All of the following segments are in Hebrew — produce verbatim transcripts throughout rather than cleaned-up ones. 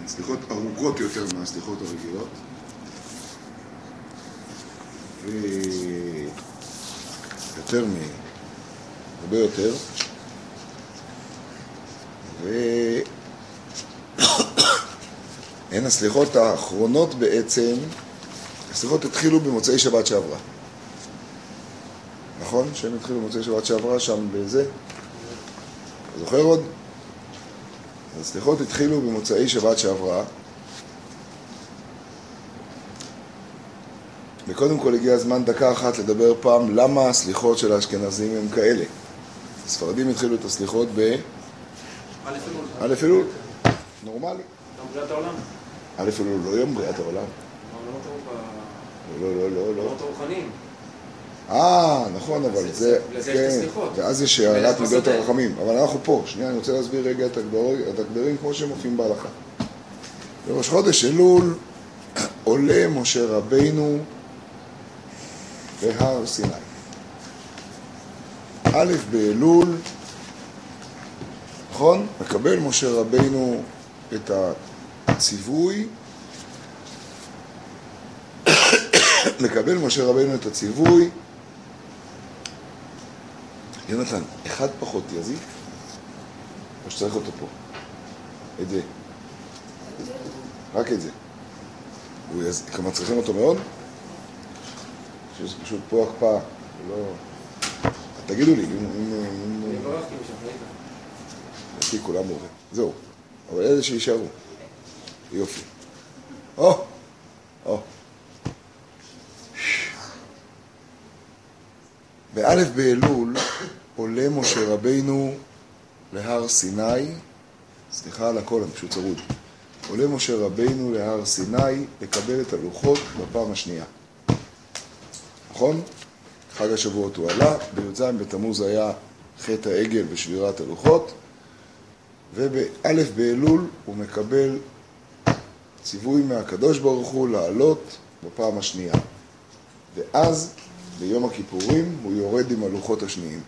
סליחות ארוכות יותר מהסליחות הרגילות. ויותר מ... הרבה יותר. והן הסליחות האחרונות בעצם, הסליחות התחילו במוצאי שבת שעברה. נכון? שהם התחילו במוצאי שבת שעברה שם בזה? אתה זוכר עוד? הסליחות התחילו במוצאי שבת שעברה. וקודם כל הגיע הזמן דקה אחת לדבר פעם למה הסליחות של האשכנזים הם כאלה. הספרדים התחילו את הסליחות ב... א' אלול. נורמלי. יום בריאת העולם. א' אלול לא יום בריאת העולם. לא, לא, לא, לא. לא רוחניים. אה, נכון, אבל זה... לזה יש את הסליחות. ואז יש הערת מידות הרחמים. אבל אנחנו פה. שנייה, אני רוצה להסביר רגע את הגדרים כמו שהם מופיעים בהלכה. בראש חודש אלול עולה משה רבינו בהר סיני. א' באלול, נכון? מקבל משה רבינו את הציווי, מקבל משה רבינו את הציווי. יונתן, אחד פחות יזיק, או שצריך אותו פה? את זה. רק את זה. כמה צריכים אותו מאוד? שזה פשוט פה הקפאה, לא... תגידו לי, אם... אני ברכתי משם, ראית. הייתי כולם עובד. זהו. אבל אלה שישארו. יופי. או! או! באלף באלול עולה משה רבינו להר סיני, סליחה על הכל, אני פשוט צרוד. עולה משה רבינו להר סיני לקבל את הלוחות בפעם השנייה. נכון? חג השבועות הוא עלה, בי"ז בתמוז היה חטא העגל ושבירת הלוחות, ובאלף באלול הוא מקבל ציווי מהקדוש ברוך הוא לעלות בפעם השנייה. ואז ביום הכיפורים הוא יורד עם הלוחות השניים.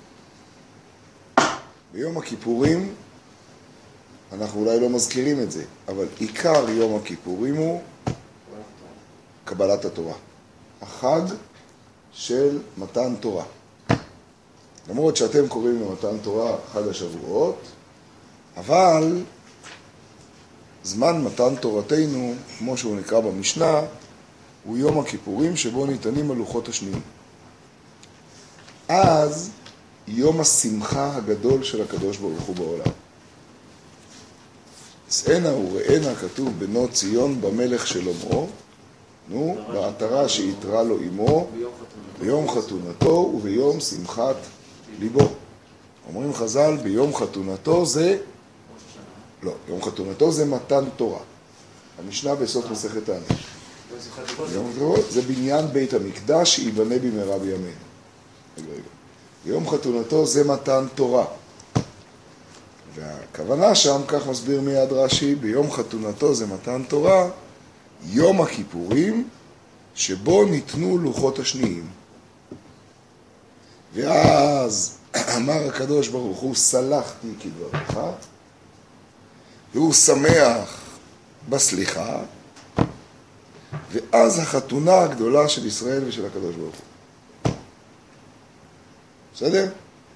ביום הכיפורים, אנחנו אולי לא מזכירים את זה, אבל עיקר יום הכיפורים הוא קבלת התורה. החג של מתן תורה. למרות שאתם קוראים למתן תורה חג השבועות, אבל זמן מתן תורתנו, כמו שהוא נקרא במשנה, הוא יום הכיפורים שבו ניתנים הלוחות השניים. אז יום השמחה הגדול של הקדוש ברוך הוא בעולם. שאנה וראנה כתוב בנות ציון במלך שלמה, נו, בעטרה שיתרה לו אמו, ביום חתונתו וביום שמחת ליבו. אומרים חז"ל, ביום חתונתו זה, לא, יום חתונתו זה מתן תורה. המשנה בסוף מסכת תענית. זה בניין בית המקדש שיבנה במהרה בימינו. רגע, רגע. יום חתונתו זה מתן תורה. והכוונה שם, כך מסביר מיד רש"י, ביום חתונתו זה מתן תורה, יום הכיפורים שבו ניתנו לוחות השניים. ואז אמר הקדוש ברוך הוא, סלחתי כדבריך, והוא שמח בסליחה, ואז החתונה הגדולה של ישראל ושל הקדוש ברוך הוא. בסדר?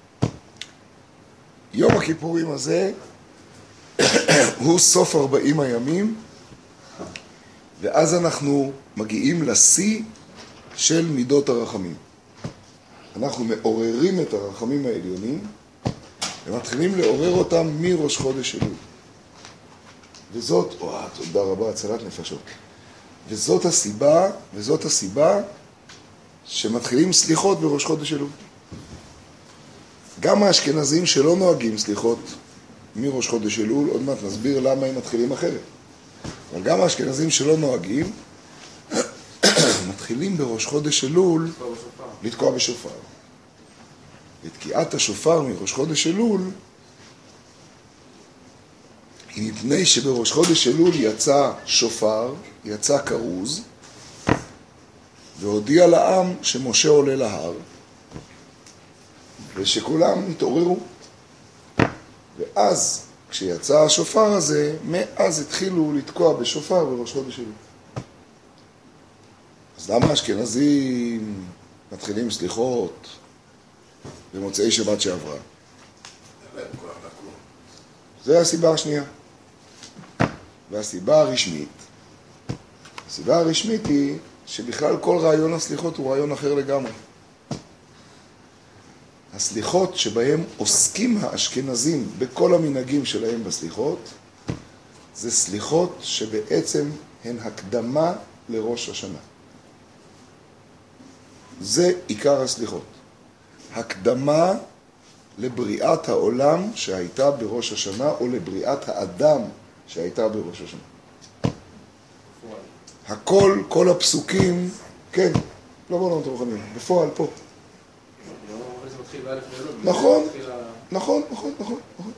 יום הכיפורים הזה הוא סוף ארבעים הימים, ואז אנחנו מגיעים לשיא של מידות הרחמים. אנחנו מעוררים את הרחמים העליונים, ומתחילים לעורר אותם מראש חודש אלול. וזאת, וואו, תודה רבה, הצלת נפשות. וזאת הסיבה, וזאת הסיבה שמתחילים סליחות בראש חודש אלול. גם האשכנזים שלא נוהגים סליחות מראש חודש אלול, עוד מעט נסביר למה הם מתחילים אחרת. אבל גם האשכנזים שלא נוהגים, מתחילים בראש חודש אלול לתקוע בשופר. ותקיעת השופר מראש חודש אלול, היא מפני שבראש חודש אלול יצא שופר, יצא כרוז, והודיע לעם שמשה עולה להר, ושכולם התעוררו. ואז כשיצא השופר הזה, מאז התחילו לתקוע בשופר בראש חודש אלול. אז למה אשכנזים מתחילים סליחות במוצאי שבת שעברה? זה הסיבה השנייה. והסיבה הרשמית, הסיבה הרשמית היא שבכלל כל רעיון הסליחות הוא רעיון אחר לגמרי. הסליחות שבהם עוסקים האשכנזים בכל המנהגים שלהם בסליחות, זה סליחות שבעצם הן הקדמה לראש השנה. זה עיקר הסליחות. הקדמה לבריאת העולם שהייתה בראש השנה, או לבריאת האדם שהייתה בראש השנה. הכל, כל הפסוקים, כן, לא בעולמות הרוחניים, בפועל פה. נכון, נכון, נכון, נכון, נכון.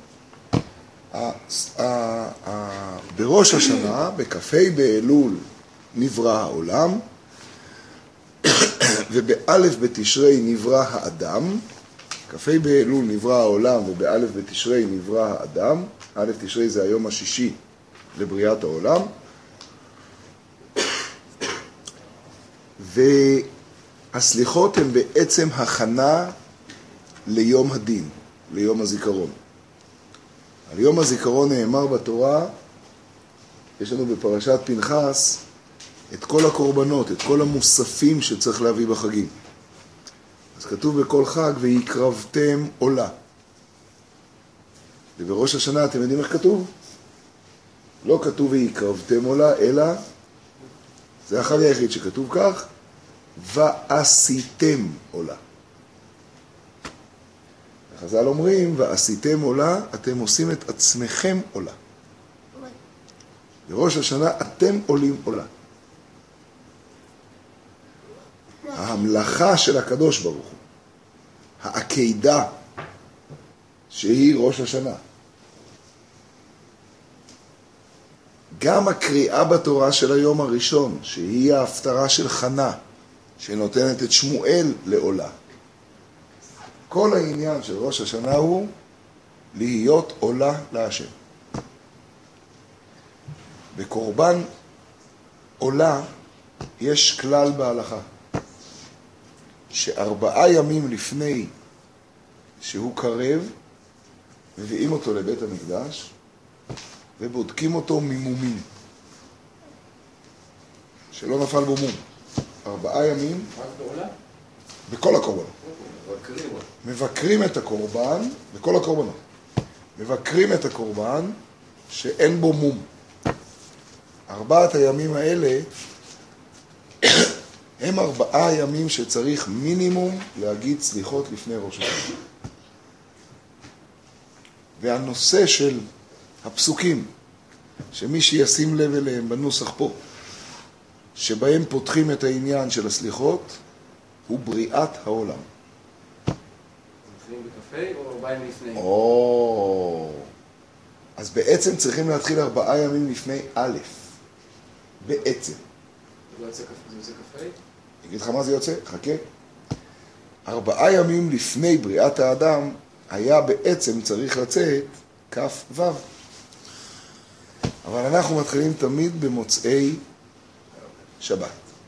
בראש השנה, בכ"ה באלול, נברא העולם, ובאלף בתשרי נברא האדם. כ"ה באלול נברא העולם, ובאלף בתשרי נברא האדם. א' תשרי זה היום השישי לבריאת העולם. והסליחות הן בעצם הכנה ליום הדין, ליום הזיכרון. על יום הזיכרון נאמר בתורה, יש לנו בפרשת פנחס את כל הקורבנות, את כל המוספים שצריך להביא בחגים. אז כתוב בכל חג, ויקרבתם עולה. ובראש השנה אתם יודעים איך כתוב? לא כתוב ויקרבתם עולה, אלא זה החג היחיד שכתוב כך, ועשיתם עולה. החז"ל אומרים, ועשיתם עולה, אתם עושים את עצמכם עולה. בראש השנה אתם עולים עולה. ההמלכה של הקדוש ברוך הוא, העקידה שהיא ראש השנה. גם הקריאה בתורה של היום הראשון, שהיא ההפטרה של חנה, שנותנת את שמואל לעולה. כל העניין של ראש השנה הוא להיות עולה להשם. בקורבן עולה יש כלל בהלכה, שארבעה ימים לפני שהוא קרב, מביאים אותו לבית המקדש ובודקים אותו ממומים, שלא נפל בו מום. ארבעה ימים בכל הקורבנות. מבקרים את הקורבן, בכל הקורבנות. מבקרים את הקורבן שאין בו מום. ארבעת הימים האלה הם ארבעה ימים שצריך מינימום להגיד סליחות לפני ראש השנה. והנושא של הפסוקים, שמי שישים לב אליהם בנוסח פה, שבהם פותחים את העניין של הסליחות, הוא בריאת העולם. מתחילים בקפה או ארבעה ימים לפני? או... אז בעצם צריכים להתחיל ארבעה ימים לפני א', בעצם. זה יוצא קפה? אני אגיד לך מה זה יוצא? חכה. ארבעה ימים לפני בריאת האדם היה בעצם צריך לצאת כף ו'. אבל אנחנו מתחילים תמיד במוצאי שבת.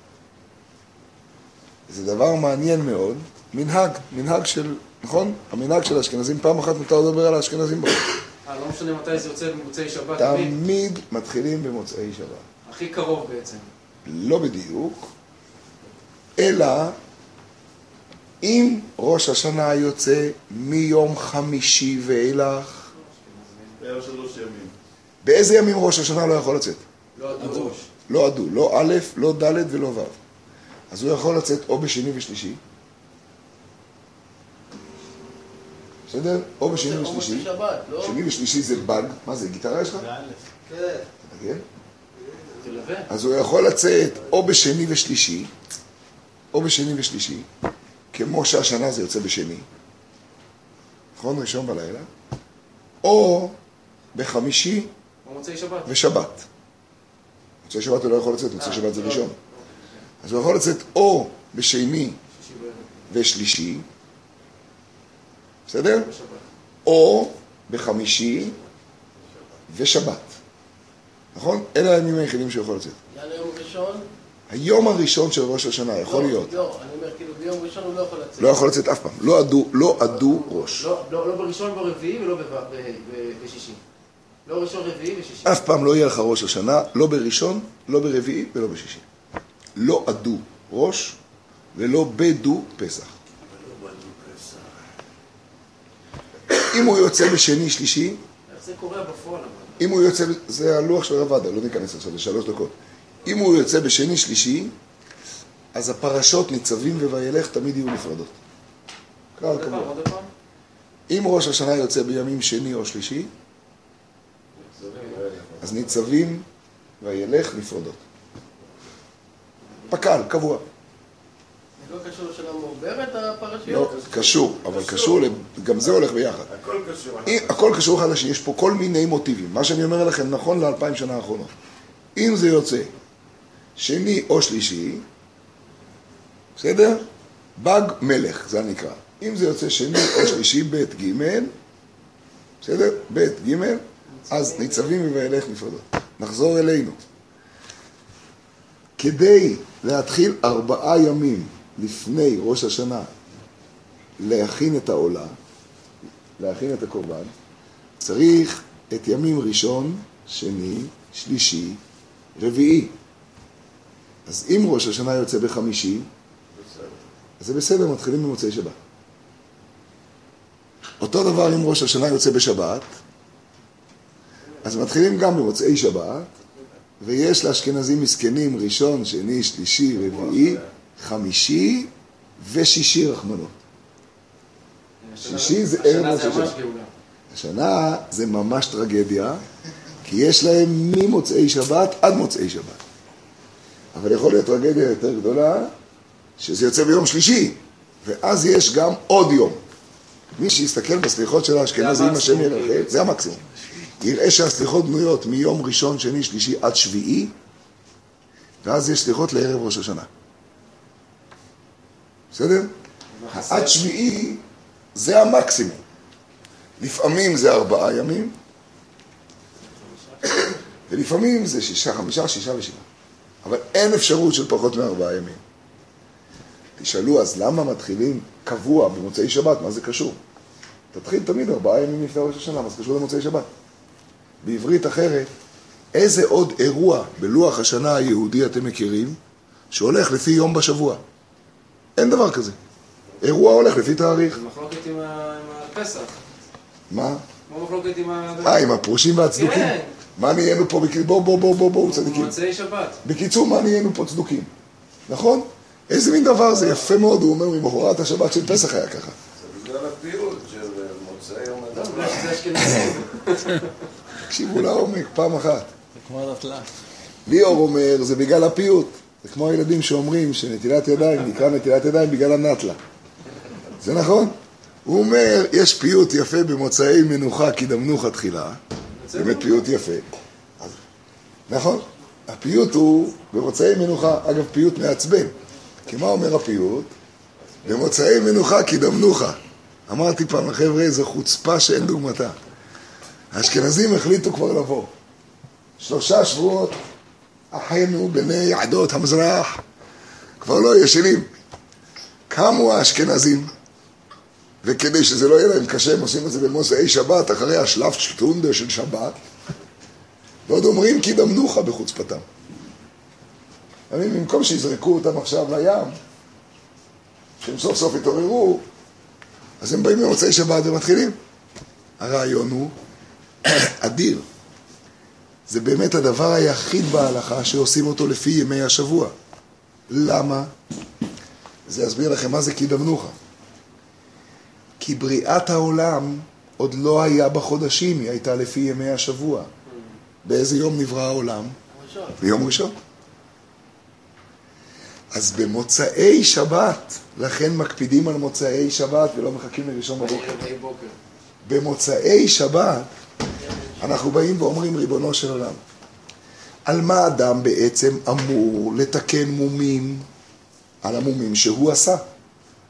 זה דבר מעניין מאוד, מנהג, מנהג של, נכון? המנהג של האשכנזים, פעם אחת מותר לדבר על האשכנזים בחוק. אה, לא משנה מתי זה יוצא במוצאי שבת. תמיד מתחילים במוצאי שבת. הכי קרוב בעצם. לא בדיוק, אלא אם ראש השנה יוצא מיום חמישי ואילך, בערך שלוש ימים. באיזה ימים ראש השנה לא יכול לצאת? לא עדו. לא עדו, לא א', לא ד' ולא ו'. אז הוא יכול לצאת או בשני ושלישי, בסדר? או בשני ושלישי. שני ושלישי זה בג. מה זה, גיטרה יש לך? כן. כן? תלווה. אז הוא יכול לצאת או בשני ושלישי, או בשני ושלישי, כמו שהשנה זה יוצא בשני, נכון? ראשון בלילה, או בחמישי במוצאי שבת. ושבת. מוצאי שבת הוא לא יכול לצאת, מוצאי שבת זה ראשון. אז הוא יכול לצאת או בשני ושלישי, בסדר? או בחמישי ושבת. נכון? אלה הימים היחידים שיכול לצאת. יעלה יום ראשון? היום הראשון של ראש השנה, יכול לא, להיות. לא, אני אומר, כאילו, ביום ראשון הוא לא יכול לצאת. לא יכול לצאת אף פעם. לא עדו, לא עדו ראש. לא, לא, לא בראשון, לא ברביעי ולא ב- ב- ב- בשישי. לא ראשון, רביעי ושישי. אף פעם לא יהיה לך ראש השנה, לא בראשון, לא ברביעי ולא בשישי. לא עדו ראש ולא בדו פסח. אם הוא יוצא בשני, שלישי, איך זה קורה בפועל? אבל? אם הוא יוצא, זה הלוח של רבדה, לא ניכנס עכשיו, זה שלוש דקות. אם הוא יוצא בשני, שלישי, אז הפרשות ניצבים ווילך תמיד יהיו נפרדות. קרא עוד פעם, קבוע. עוד פעם? אם ראש השנה יוצא בימים שני או שלישי, אז ניצבים וילך נפרדות. פקל, קבוע. זה לא קשור לשנה מעוברת, הפרשיות? לא, קשור, אבל קשור, גם זה הולך ביחד. הכל קשור. אם- הכל קשור אחד לשני, יש פה כל מיני מוטיבים. מה שאני אומר לכם נכון לאלפיים שנה האחרונות. אם זה יוצא שני או שלישי, בסדר? בג מלך, זה נקרא. אם זה יוצא שני או שלישי, בית ג', בסדר? בית ג', אז ניצבים וילך נפרדות. נחזור אלינו. כדי להתחיל ארבעה ימים לפני ראש השנה, להכין את העולה, להכין את הקורבן, צריך את ימים ראשון, שני, שלישי, רביעי. אז אם ראש השנה יוצא בחמישי, אז זה בסדר, מתחילים במוצאי שבת. אותו דבר אם ראש השנה יוצא בשבת, אז מתחילים גם במוצאי שבת, ויש לאשכנזים מסכנים ראשון, שני, שלישי, רביעי, חמישי ושישי רחמנות. שישי זה ערב ראש השנה זה ממש השנה. גאולה. השנה זה ממש טרגדיה, כי יש להם ממוצאי שבת עד מוצאי שבת. אבל יכול להיות טרגדיה יותר גדולה, שזה יוצא ביום שלישי, ואז יש גם עוד יום. מי שיסתכל בסליחות של האשכנזים, השם ירחם, זה המקסימום. יראה שהסליחות בנויות מיום ראשון, שני, שלישי עד שביעי, ואז יש סליחות לערב ראש השנה. בסדר? עד שביעי זה המקסימום. לפעמים זה ארבעה ימים, ולפעמים זה שישה, חמישה, שישה ושבעה. אבל אין אפשרות של פחות מארבעה ימים. תשאלו, אז למה מתחילים קבוע במוצאי שבת? מה זה קשור? תתחיל תמיד ארבעה ימים לפני ראש השנה, מה זה קשור למוצאי שבת? בעברית אחרת, איזה עוד אירוע בלוח השנה היהודי אתם מכירים, שהולך לפי יום בשבוע? אין דבר כזה. אירוע הולך לפי תאריך. זה מחלוקת עם ה- עם הפסח. מה? כמו מחלוקת עם ה... אה, עם הפרושים והצדוקים? כן. מה נהיינו פה? בק- בואו, בואו, בואו, בואו, בואו, צדיקים. מוצאי שבת. בקיצור, מה נהיינו פה צדוקים? נכון? איזה מין דבר זה? יפה מאוד, הוא אומר, ממחרת השבת של פסח היה ככה. זה בגלל הפיוט של מוצאי יום לא, הדבר. בגלל שזה אשכנזים. תקשיבו לעומק, פעם אחת. זה כמו נטלה. ליאור אומר, זה בגלל הפיוט. זה כמו הילדים שאומרים שנטילת ידיים, נקרא נטילת ידיים בגלל הנטלה. זה נכון? הוא אומר, יש פיוט יפה במוצאי מנוחה, כי דמנוחה תחילה. באמת פיוט יפה. אז, נכון? הפיוט הוא במוצאי מנוחה, אגב פיוט מעצבן. כי מה אומר הפיוט? במוצאי מנוחה, כי דמנוחה. אמרתי פעם לחבר'ה, זו חוצפה שאין דוגמתה. האשכנזים החליטו כבר לבוא. שלושה שבועות, אחינו בני עדות המזרח, כבר לא ישנים. קמו האשכנזים, וכדי שזה לא יהיה להם קשה, הם עושים את זה במוצאי שבת, אחרי השלב שטונדה של שבת, ועוד אומרים כי דמנוחה בחוצפתם. אני, במקום שיזרקו אותם עכשיו לים, שהם סוף סוף התעוררו, אז הם באים במוצאי שבת ומתחילים. הרעיון הוא אדיר. זה באמת הדבר היחיד בהלכה שעושים אותו לפי ימי השבוע. למה? זה יסביר לכם מה זה כי דמנוחה. כי בריאת העולם עוד לא היה בחודשים, היא הייתה לפי ימי השבוע. באיזה יום נברא העולם? ראשון. ביום ראשון. אז במוצאי שבת, לכן מקפידים על מוצאי שבת ולא מחכים לראשון בבוקר. רביעי בוקר. במוצאי שבת אנחנו באים ואומרים ריבונו של עולם. על מה אדם בעצם אמור לתקן מומים? על המומים שהוא עשה.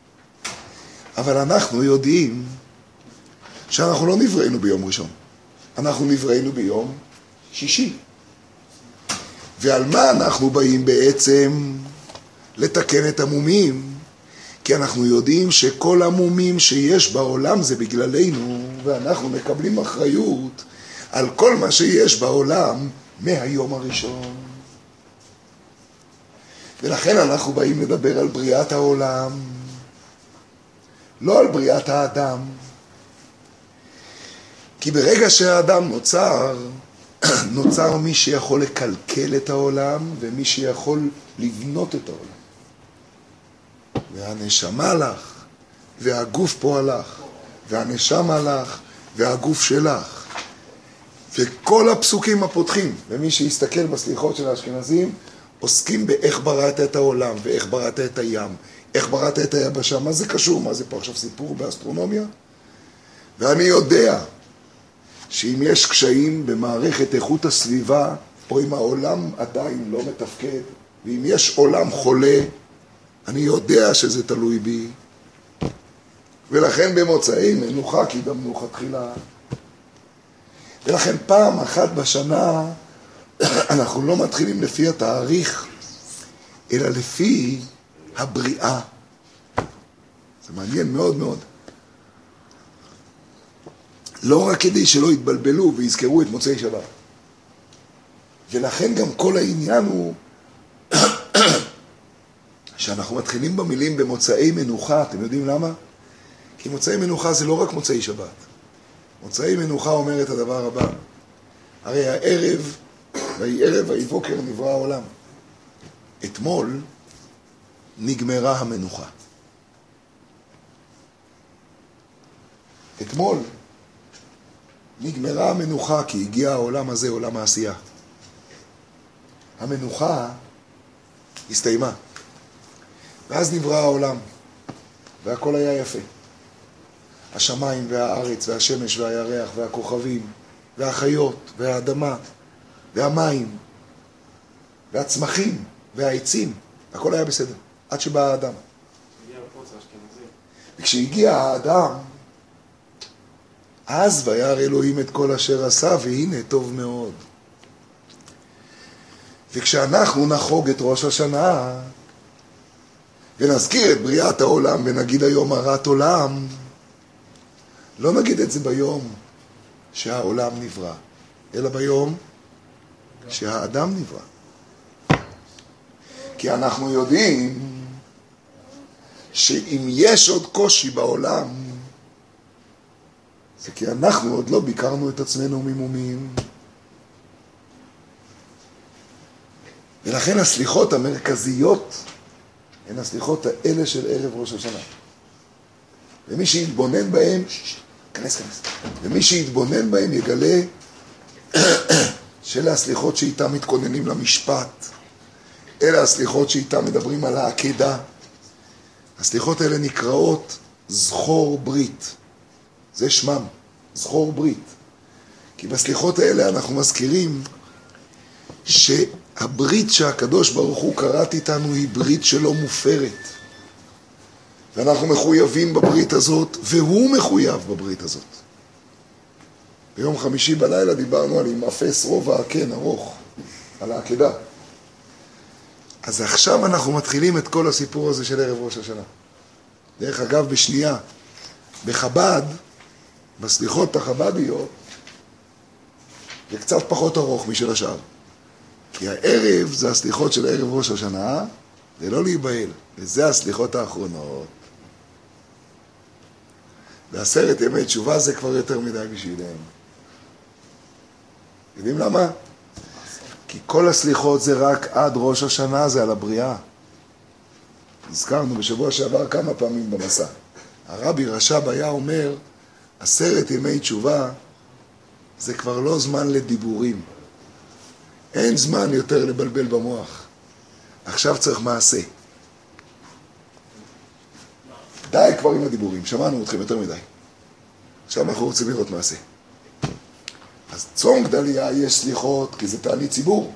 אבל אנחנו יודעים שאנחנו לא נבראנו ביום ראשון. אנחנו נבראנו ביום שישי. ועל מה אנחנו באים בעצם? לתקן את המומים. כי אנחנו יודעים שכל המומים שיש בעולם זה בגללנו, ואנחנו מקבלים אחריות על כל מה שיש בעולם מהיום הראשון. ולכן אנחנו באים לדבר על בריאת העולם, לא על בריאת האדם. כי ברגע שהאדם נוצר, נוצר מי שיכול לקלקל את העולם ומי שיכול לבנות את העולם. והנשמה לך, והגוף פה הלך, והנשמה לך, והגוף שלך. וכל הפסוקים הפותחים, ומי שיסתכל בסליחות של האשכנזים, עוסקים באיך בראת את העולם, ואיך בראת את הים, איך בראת את היבשה. מה זה קשור? מה זה פה עכשיו סיפור באסטרונומיה? ואני יודע שאם יש קשיים במערכת איכות הסביבה, או אם העולם עדיין לא מתפקד, ואם יש עולם חולה, אני יודע שזה תלוי בי. ולכן במוצאי מנוחה, כי גם מנוחה תחילה. ולכן פעם אחת בשנה, אנחנו לא מתחילים לפי התאריך, אלא לפי הבריאה. זה מעניין מאוד מאוד. לא רק כדי שלא יתבלבלו ויזכרו את מוצאי שבת. ולכן גם כל העניין הוא שאנחנו מתחילים במילים במוצאי מנוחה. אתם יודעים למה? כי מוצאי מנוחה זה לא רק מוצאי שבת. מוצאי מנוחה אומר את הדבר הבא. הרי הערב, ויהי ערב ויהי בוקר נברא העולם. אתמול נגמרה המנוחה. אתמול נגמרה המנוחה כי הגיע העולם הזה, עולם העשייה. המנוחה הסתיימה. ואז נברא העולם, והכל היה יפה. השמיים והארץ והשמש והירח והכוכבים והחיות והאדמה והמים והצמחים והעצים, הכל היה בסדר, עד שבא האדם. וכשהגיע האדם, אז וירא אלוהים את כל אשר עשה, והנה טוב מאוד. וכשאנחנו נחוג את ראש השנה, ונזכיר את בריאת העולם, ונגיד היום הרת עולם, לא נגיד את זה ביום שהעולם נברא, אלא ביום שהאדם נברא. כי אנחנו יודעים שאם יש עוד קושי בעולם, זה כי אנחנו עוד לא ביקרנו את עצמנו ממומים. ולכן הסליחות המרכזיות הן הסליחות האלה של ערב ראש השנה. ומי שיתבונן בהם, כנס, כנס. ומי שיתבונן בהם יגלה שאלה הסליחות שאיתם מתכוננים למשפט. אלה הסליחות שאיתם מדברים על העקדה. הסליחות האלה נקראות זכור ברית. זה שמם, זכור ברית. כי בסליחות האלה אנחנו מזכירים שהברית שהקדוש ברוך הוא קראת איתנו היא ברית שלא מופרת. ואנחנו מחויבים בברית הזאת, והוא מחויב בברית הזאת. ביום חמישי בלילה דיברנו על אם אפס רובע כן ארוך, על העקדה. אז עכשיו אנחנו מתחילים את כל הסיפור הזה של ערב ראש השנה. דרך אגב, בשנייה, בחב"ד, בסליחות החב"דיות, זה קצת פחות ארוך משל השאר. כי הערב זה הסליחות של ערב ראש השנה, זה לא להיבהל, וזה הסליחות האחרונות. ועשרת ימי תשובה זה כבר יותר מדי בשבילם. יודעים למה? כי כל הסליחות זה רק עד ראש השנה, זה על הבריאה. נזכרנו בשבוע שעבר כמה פעמים במסע. הרבי רש"ב היה אומר, עשרת ימי תשובה זה כבר לא זמן לדיבורים. אין זמן יותר לבלבל במוח. עכשיו צריך מעשה. די כבר עם הדיבורים, שמענו אתכם יותר מדי. עכשיו אנחנו רוצים לראות מעשה. אז צום גדליה יש סליחות, כי זה תענית ציבור.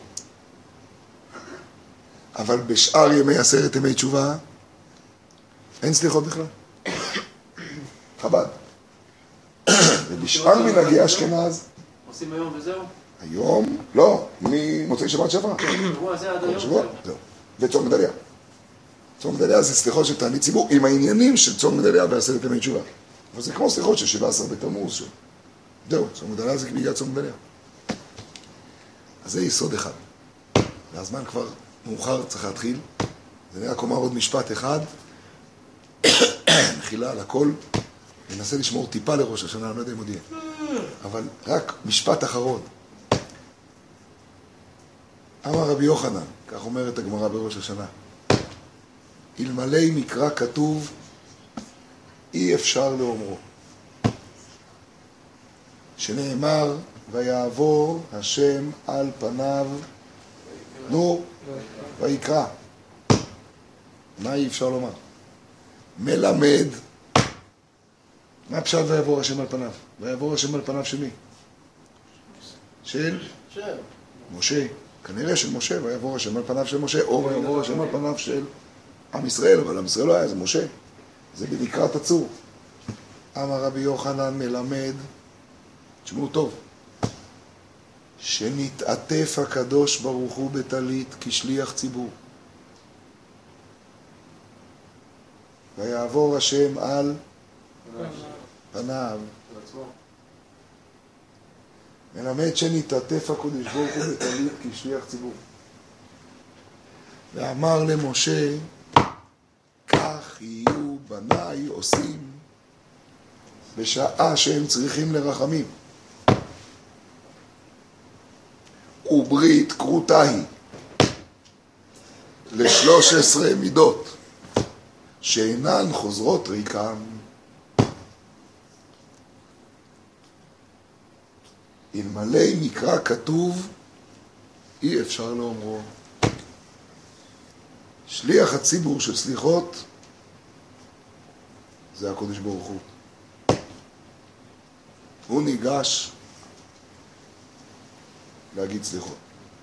אבל בשאר ימי עשרת ימי תשובה, אין סליחות בכלל. חב"ד. ובשאר מנהגי אשכנז, עושים היום וזהו? היום, לא, ממוצאי שבת שעברה. שבוע הזה עד היום שבוע, זהו. זהו. וצום גדליה. צום גדליה זה סליחות של תענית ציבור עם העניינים של צום גדליה ועשרת ימי תשובה. אבל זה כמו סליחות של שבעה עשר בתמוז. ש... זהו, צום גדליה זה בגלל צום גדליה. אז זה יסוד אחד. והזמן כבר מאוחר, צריך להתחיל. אז אני רק אומר עוד משפט אחד. מחילה על הכל. ננסה לשמור טיפה לראש השנה, אני לא יודע אם עוד יהיה. אבל רק משפט אחרון. אמר רבי יוחנן, כך אומרת הגמרא בראש השנה, אלמלא מקרא כתוב, אי אפשר לאומרו. שנאמר, ויעבור השם על פניו, נו, ויקרא. מה אי אפשר לומר? מלמד. מה פשט ויעבור השם על פניו? ויעבור השם על פניו של מי? של? של. משה. כנראה של משה, ויעבור השם על פניו של משה, או ויעבור השם על פניו של עם ישראל, אבל עם ישראל לא היה, זה משה. זה בנקרת הצור. אמר רבי יוחנן מלמד, תשמעו טוב, שנתעטף הקדוש ברוך הוא בטלית כשליח ציבור. ויעבור השם על פניו. מלמד שנתעטף הקדוש ברוך הוא בטלית כשליח ציבור. ואמר למשה, כך יהיו בניי עושים בשעה שהם צריכים לרחמים. וברית כרותה היא לשלוש עשרה מידות שאינן חוזרות ריקם. אלמלא מקרא כתוב, אי אפשר לאומרו. שליח הציבור של סליחות זה הקדוש ברוך הוא. הוא ניגש להגיד סליחות.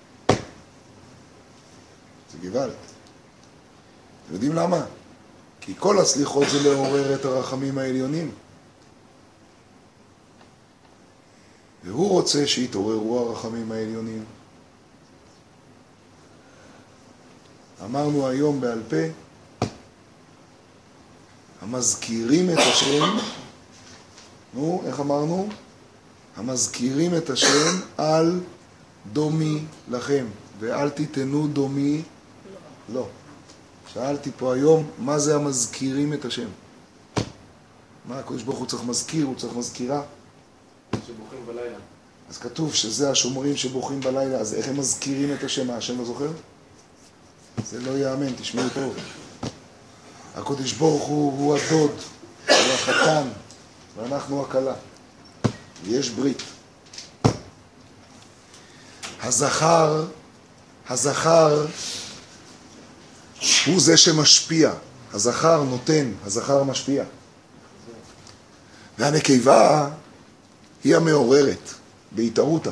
זה גוואלד. אתם יודעים למה? כי כל הסליחות זה לעורר את הרחמים העליונים. והוא רוצה שיתעוררו הרחמים העליונים. אמרנו היום בעל פה, המזכירים את השם, נו, איך אמרנו? המזכירים את השם על דומי לכם, ואל תיתנו דומי, לא. שאלתי פה היום, מה זה המזכירים את השם? מה הקדוש ברוך הוא צריך מזכיר, הוא צריך מזכירה? שבוכים בלילה. אז כתוב שזה השומרים שבוכים בלילה, אז איך הם מזכירים את השם? מה, השם לא זוכר? זה לא יאמן, תשמעו טוב. הקדוש ברוך הוא, הוא הדוד, הוא החתן, ואנחנו הכלה. ויש ברית. הזכר, הזכר הוא זה שמשפיע. הזכר נותן, הזכר משפיע. והנקבה היא המעוררת, בהתערותה.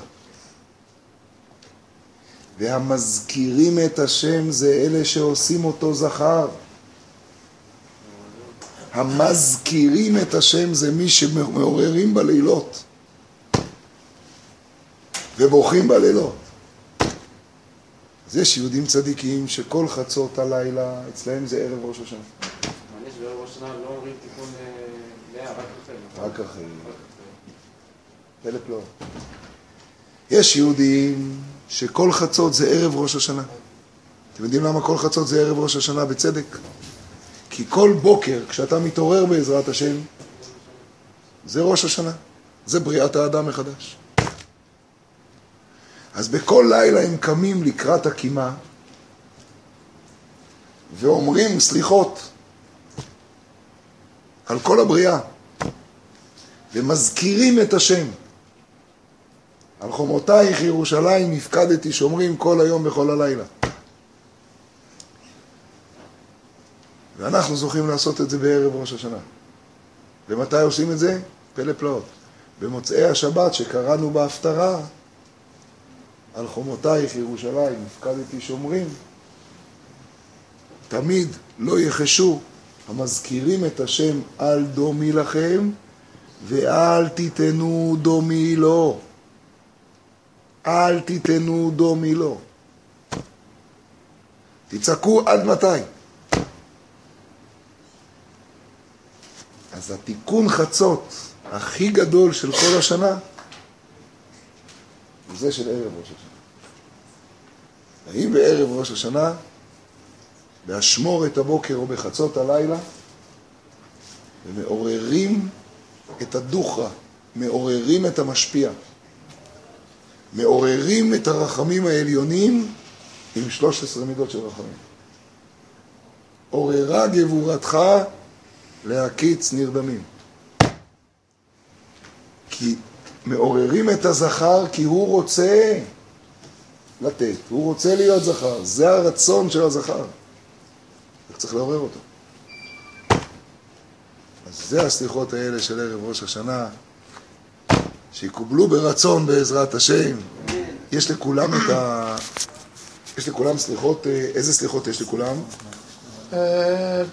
והמזכירים את השם זה אלה שעושים אותו זכר. המזכירים את השם זה מי שמעוררים בלילות ובוכים בלילות. אז יש יהודים צדיקים שכל חצות הלילה אצלהם זה ערב ראש השנה. מעניין שבערב ראש השנה לא אומרים תיקון לאה, רק אחרי. רק אחרי. פלא פלא. יש יהודים שכל חצות זה ערב ראש השנה. אתם יודעים למה כל חצות זה ערב ראש השנה בצדק? כי כל בוקר כשאתה מתעורר בעזרת השם, זה ראש השנה. זה בריאת האדם מחדש. אז בכל לילה הם קמים לקראת הקימה ואומרים סליחות על כל הבריאה ומזכירים את השם. על חומותייך ירושלים הפקדתי שומרים כל היום בכל הלילה. ואנחנו זוכים לעשות את זה בערב ראש השנה. ומתי עושים את זה? פלא פלאות. במוצאי השבת שקראנו בהפטרה, על חומותייך ירושלים הפקדתי שומרים, תמיד לא יחשו המזכירים את השם על דומי לכם, ואל תיתנו דומי לו. אל תיתנו דומי לו. תצעקו עד מתי? אז התיקון חצות הכי גדול של כל השנה הוא זה של ערב ראש השנה. האם בערב ראש השנה, באשמור את הבוקר או בחצות הלילה, ומעוררים את הדוחרה, מעוררים את המשפיע, מעוררים את הרחמים העליונים עם שלוש עשרה מידות של רחמים. עוררה גבורתך להקיץ נרדמים. כי מעוררים את הזכר כי הוא רוצה לתת, הוא רוצה להיות זכר, זה הרצון של הזכר. צריך לעורר אותו. אז זה הסליחות האלה של ערב ראש השנה, שיקובלו ברצון בעזרת השם. יש לכולם את ה... יש לכולם סליחות, איזה סליחות יש לכולם?